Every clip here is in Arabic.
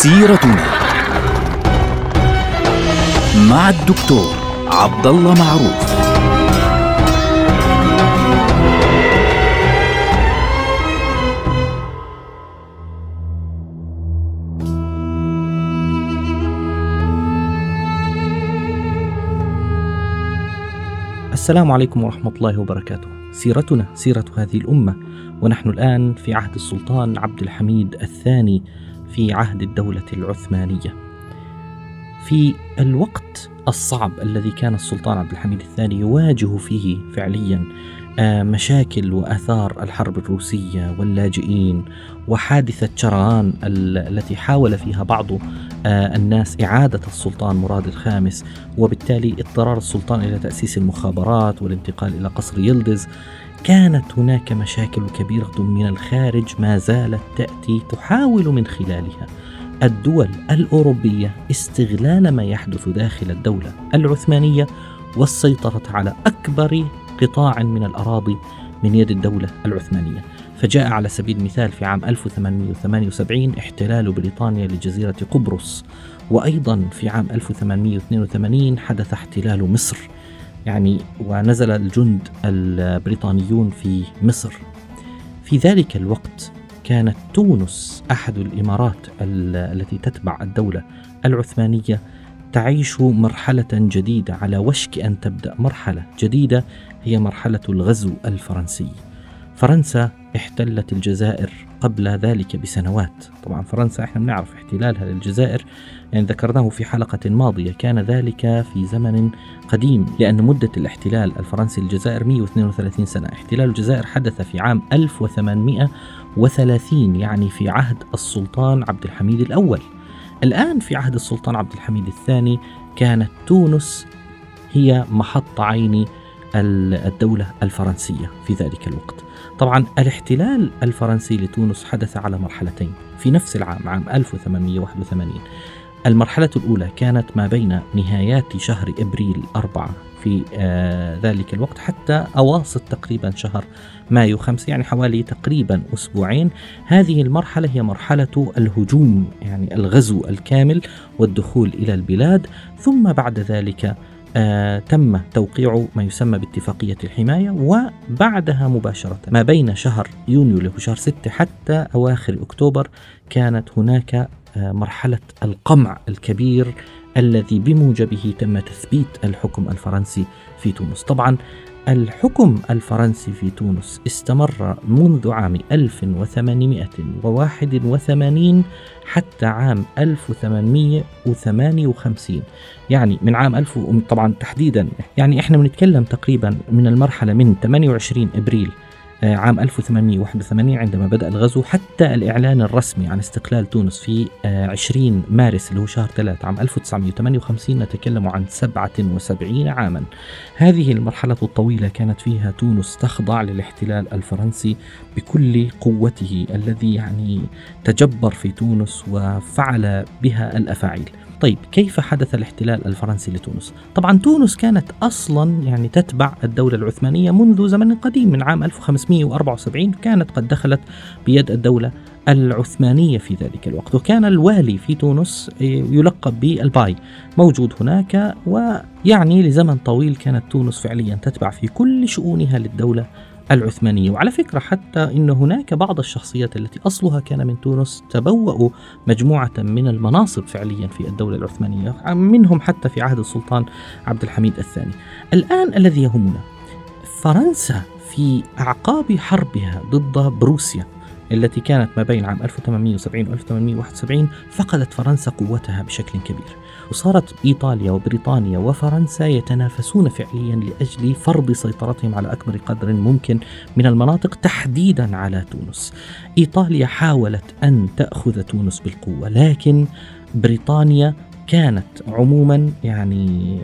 سيرتنا مع الدكتور عبد الله معروف. السلام عليكم ورحمة الله وبركاته. سيرتنا سيرة هذه الأمة، ونحن الآن في عهد السلطان عبد الحميد الثاني في عهد الدولة العثمانية. في الوقت الصعب الذي كان السلطان عبد الحميد الثاني يواجه فيه فعليا مشاكل وآثار الحرب الروسية واللاجئين وحادثة شرعان التي حاول فيها بعض الناس إعادة السلطان مراد الخامس، وبالتالي اضطرار السلطان إلى تأسيس المخابرات والانتقال إلى قصر يلدز. كانت هناك مشاكل كبيرة من الخارج ما زالت تأتي تحاول من خلالها الدول الأوروبية استغلال ما يحدث داخل الدولة العثمانية والسيطرة على أكبر قطاع من الأراضي من يد الدولة العثمانية. فجاء على سبيل المثال في عام 1878 احتلال بريطانيا لجزيرة قبرص، وأيضا في عام 1882 حدث احتلال مصر، ونزل الجند البريطانيون في مصر. في ذلك الوقت كانت تونس أحد الإمارات التي تتبع الدولة العثمانية تعيش مرحلة جديدة، على وشك أن تبدأ مرحلة جديدة هي مرحلة الغزو الفرنسي. فرنسا احتلت الجزائر قبل ذلك بسنوات. طبعا فرنسا احنا بنعرف احتلالها للجزائر، ذكرناه في حلقة ماضية، كان ذلك في زمن قديم، لأن مدة الاحتلال الفرنسي للجزائر 132 سنة. احتلال الجزائر حدث في عام 1830، في عهد السلطان عبد الحميد الأول. الآن في عهد السلطان عبد الحميد الثاني كانت تونس هي محط عين الدولة الفرنسية في ذلك الوقت. طبعا الاحتلال الفرنسي لتونس حدث على مرحلتين في نفس العام، عام 1881. المرحلة الأولى كانت ما بين نهايات شهر إبريل 4 في ذلك الوقت حتى أواسط تقريبا شهر مايو 5، حوالي تقريبا أسبوعين. هذه المرحلة هي مرحلة الهجوم، الغزو الكامل والدخول إلى البلاد. ثم بعد ذلك تم توقيع ما يسمى باتفاقية الحماية، وبعدها مباشرة ما بين شهر يونيو له شهر 6 حتى أواخر أكتوبر كانت هناك مرحلة القمع الكبير الذي بموجبه تم تثبيت الحكم الفرنسي في تونس. طبعا الحكم الفرنسي في تونس استمر منذ عام 1881 حتى عام 1858، من عام 1000 طبعا تحديدا. احنا بنتكلم تقريبا من المرحلة من 28 إبريل عام 1881 عندما بدأ الغزو حتى الإعلان الرسمي عن استقلال تونس في 20 مارس اللي هو شهر 3 عام 1958، نتكلم عن 77 عاما. هذه المرحلة الطويلة كانت فيها تونس تخضع للاحتلال الفرنسي بكل قوته الذي تجبر في تونس وفعل بها الأفاعيل. طيب، كيف حدث الاحتلال الفرنسي لتونس؟ طبعا تونس كانت أصلا تتبع الدولة العثمانية منذ زمن قديم، من عام 1574 كانت قد دخلت بيد الدولة العثمانية في ذلك الوقت، وكان الوالي في تونس يلقب بالباي موجود هناك، لزمن طويل كانت تونس فعليا تتبع في كل شؤونها للدولة العثمانية. وعلى فكرة حتى إن هناك بعض الشخصيات التي أصلها كان من تونس تبوأوا مجموعة من المناصب فعليا في الدولة العثمانية، منهم حتى في عهد السلطان عبد الحميد الثاني. الآن الذي يهمنا فرنسا في أعقاب حربها ضد بروسيا التي كانت ما بين عام 1870 و 1871 فقدت فرنسا قوتها بشكل كبير، وصارت إيطاليا وبريطانيا وفرنسا يتنافسون فعليا لأجل فرض سيطرتهم على أكبر قدر ممكن من المناطق، تحديدا على تونس. إيطاليا حاولت أن تأخذ تونس بالقوة، لكن بريطانيا كانت عموما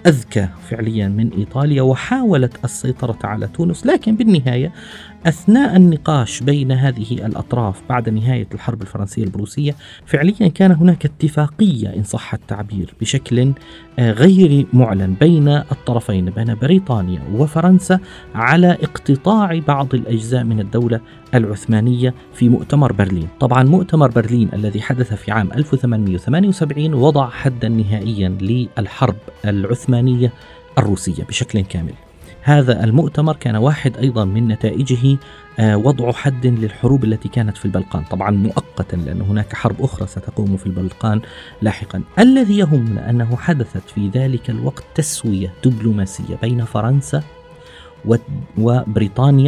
أذكى فعليا من إيطاليا، وحاولت السيطرة على تونس. لكن بالنهاية أثناء النقاش بين هذه الأطراف بعد نهاية الحرب الفرنسية البروسية فعليا كان هناك اتفاقية إن صح التعبير بشكل غير معلن بين الطرفين، بين بريطانيا وفرنسا، على اقتطاع بعض الأجزاء من الدولة العثمانية في مؤتمر برلين. طبعا مؤتمر برلين الذي حدث في عام 1878 وضع حدا نهائيا للحرب العثمانية الروسية بشكل كامل. هذا المؤتمر كان واحد أيضا من نتائجه وضع حد للحروب التي كانت في البلقان، طبعا مؤقتا لأن هناك حرب أخرى ستقوم في البلقان لاحقا. الذي يهمنا أنه حدثت في ذلك الوقت تسوية دبلوماسية بين فرنسا وبريطانيا،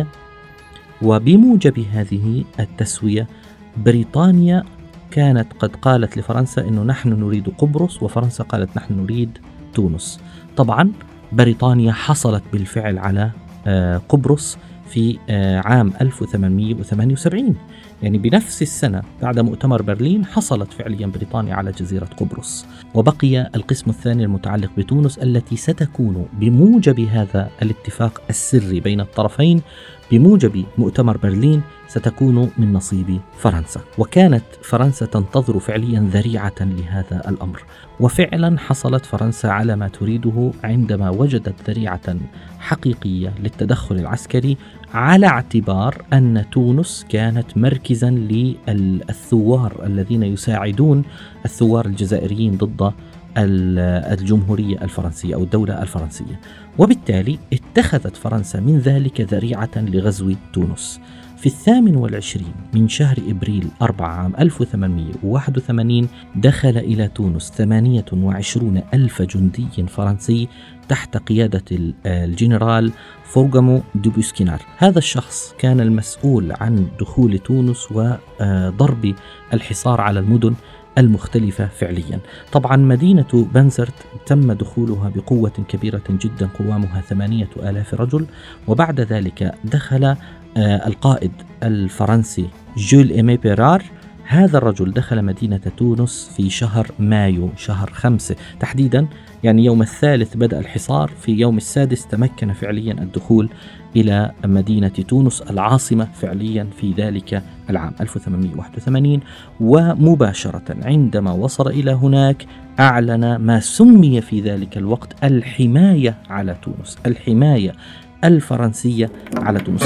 وبموجب هذه التسوية بريطانيا كانت قد قالت لفرنسا أنه نحن نريد قبرص، وفرنسا قالت نحن نريد تونس. طبعا بريطانيا حصلت بالفعل على قبرص في عام 1878، يعني بنفس السنة بعد مؤتمر برلين حصلت فعليا بريطانيا على جزيرة قبرص. وبقي القسم الثاني المتعلق بتونس التي ستكون بموجب هذا الاتفاق السري بين الطرفين، بموجب مؤتمر برلين ستكون من نصيب فرنسا. وكانت فرنسا تنتظر فعليا ذريعة لهذا الأمر، وفعلا حصلت فرنسا على ما تريده عندما وجدت ذريعة حقيقية للتدخل العسكري، على اعتبار أن تونس كانت مركزا للثوار الذين يساعدون الثوار الجزائريين ضد الجمهورية الفرنسية أو الدولة الفرنسية. وبالتالي اتخذت فرنسا من ذلك ذريعة لغزو تونس. في 28 من شهر إبريل 4 عام 1881 دخل إلى تونس 28 ألف جندي فرنسي تحت قيادة الجنرال فورغامو دوبوسكينار. هذا الشخص كان المسؤول عن دخول تونس وضرب الحصار على المدن المختلفة فعليا. طبعا مدينة بنزرت تم دخولها بقوة كبيرة جدا قوامها 8000 رجل، وبعد ذلك دخل القائد الفرنسي جول إيمي بيرار. هذا الرجل دخل مدينة تونس في شهر مايو، شهر 5 تحديدا، يعني يوم 3 بدأ الحصار، في يوم 6 تمكن فعليا الدخول إلى مدينة تونس العاصمة فعليا في ذلك العام 1881. ومباشرة عندما وصل إلى هناك أعلن ما سمي في ذلك الوقت الحماية على تونس، الحماية الفرنسية على تونس.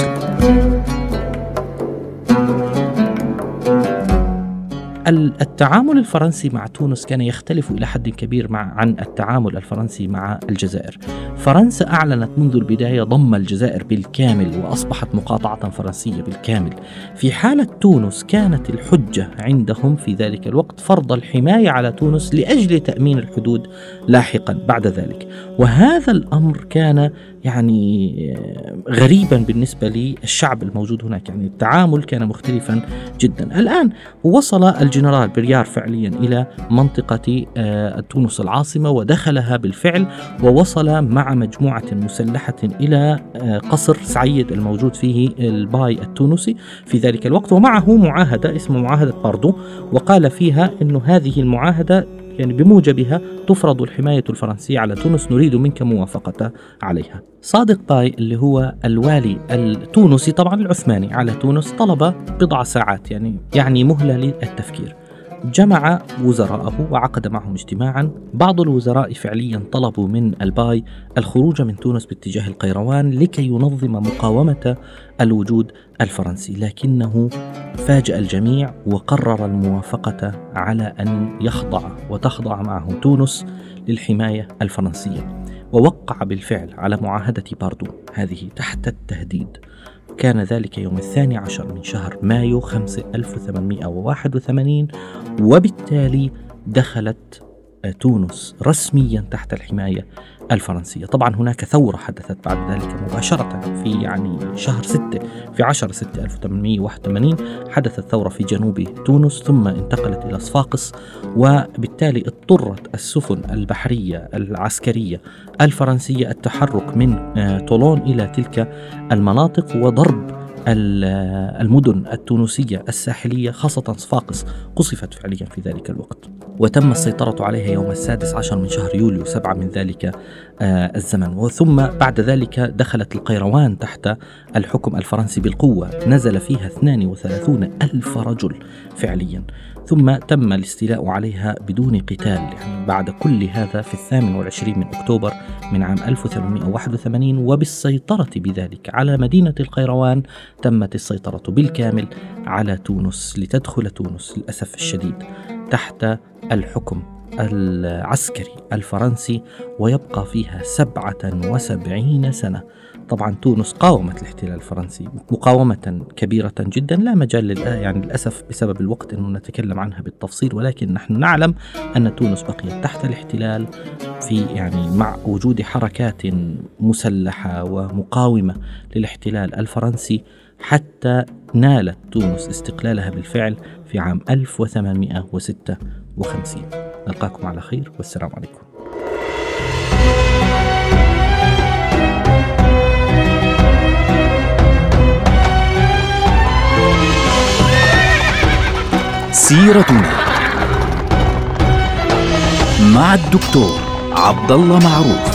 التعامل الفرنسي مع تونس كان يختلف إلى حد كبير عن التعامل الفرنسي مع الجزائر. فرنسا أعلنت منذ البداية ضم الجزائر بالكامل وأصبحت مقاطعة فرنسية بالكامل. في حالة تونس كانت الحجة عندهم في ذلك الوقت فرض الحماية على تونس لأجل تأمين الحدود لاحقا بعد ذلك. وهذا الأمر كان يعني غريبا بالنسبة للشعب الموجود هناك، يعني التعامل كان مختلفا جدا. الآن وصل الجنرال بيريار فعليا إلى منطقة تونس العاصمة ودخلها بالفعل، ووصل مع مجموعة مسلحة إلى قصر سعيد الموجود فيه الباي التونسي في ذلك الوقت، ومعه معاهدة اسمها معاهدة باردو، وقال فيها أن هذه المعاهدة يعني بموجبها تفرض الحماية الفرنسية على تونس، نريد منك موافقة عليها. صادق باي اللي هو الوالي التونسي طبعا العثماني على تونس طلب بضع ساعات يعني مهلة للتفكير. جمع وزراءه وعقد معهم اجتماعا. بعض الوزراء فعليا طلبوا من الباي الخروج من تونس باتجاه القيروان لكي ينظم مقاومة الوجود الفرنسي، لكنه فاجأ الجميع وقرر الموافقة على أن وتخضع معه تونس للحماية الفرنسية، ووقع بالفعل على معاهدة باردو هذه تحت التهديد. كان ذلك يوم 12 من شهر مايو 5 1881، وبالتالي دخلت تونس رسميا تحت الحماية الفرنسية. طبعا هناك ثورة حدثت بعد ذلك مباشرة في شهر 6 في 10/6 1881 حدثت ثورة في جنوب تونس، ثم انتقلت إلى صفاقس، وبالتالي اضطرت السفن البحرية العسكرية الفرنسية التحرك من طولون إلى تلك المناطق وضرب المدن التونسية الساحلية، خاصة صفاقس قصفت فعليا في ذلك الوقت. وتم السيطرة عليها يوم 16 من شهر يوليو 7 من ذلك الزمن. وثم بعد ذلك دخلت القيروان تحت الحكم الفرنسي بالقوة، نزل فيها 32 ألف رجل فعليا، ثم تم الاستيلاء عليها بدون قتال. يعني بعد كل هذا في 28 من أكتوبر من عام 1881 وبالسيطرة بذلك على مدينة القيروان، تمت السيطرة بالكامل على تونس، لتدخل تونس للأسف الشديد تحت الحكم العسكري الفرنسي ويبقى فيها 77 سنة. طبعا تونس قاومت الاحتلال الفرنسي مقاومة كبيرة جدا، لا مجال يعني للأسف بسبب الوقت أنه نتكلم عنها بالتفصيل، ولكن نحن نعلم أن تونس بقيت تحت الاحتلال مع وجود حركات مسلحة ومقاومة للاحتلال الفرنسي، حتى نالت تونس استقلالها بالفعل في عام 1856. نلقاكم على خير والسلام عليكم. سيرتنا مع الدكتور عبد الله معروف.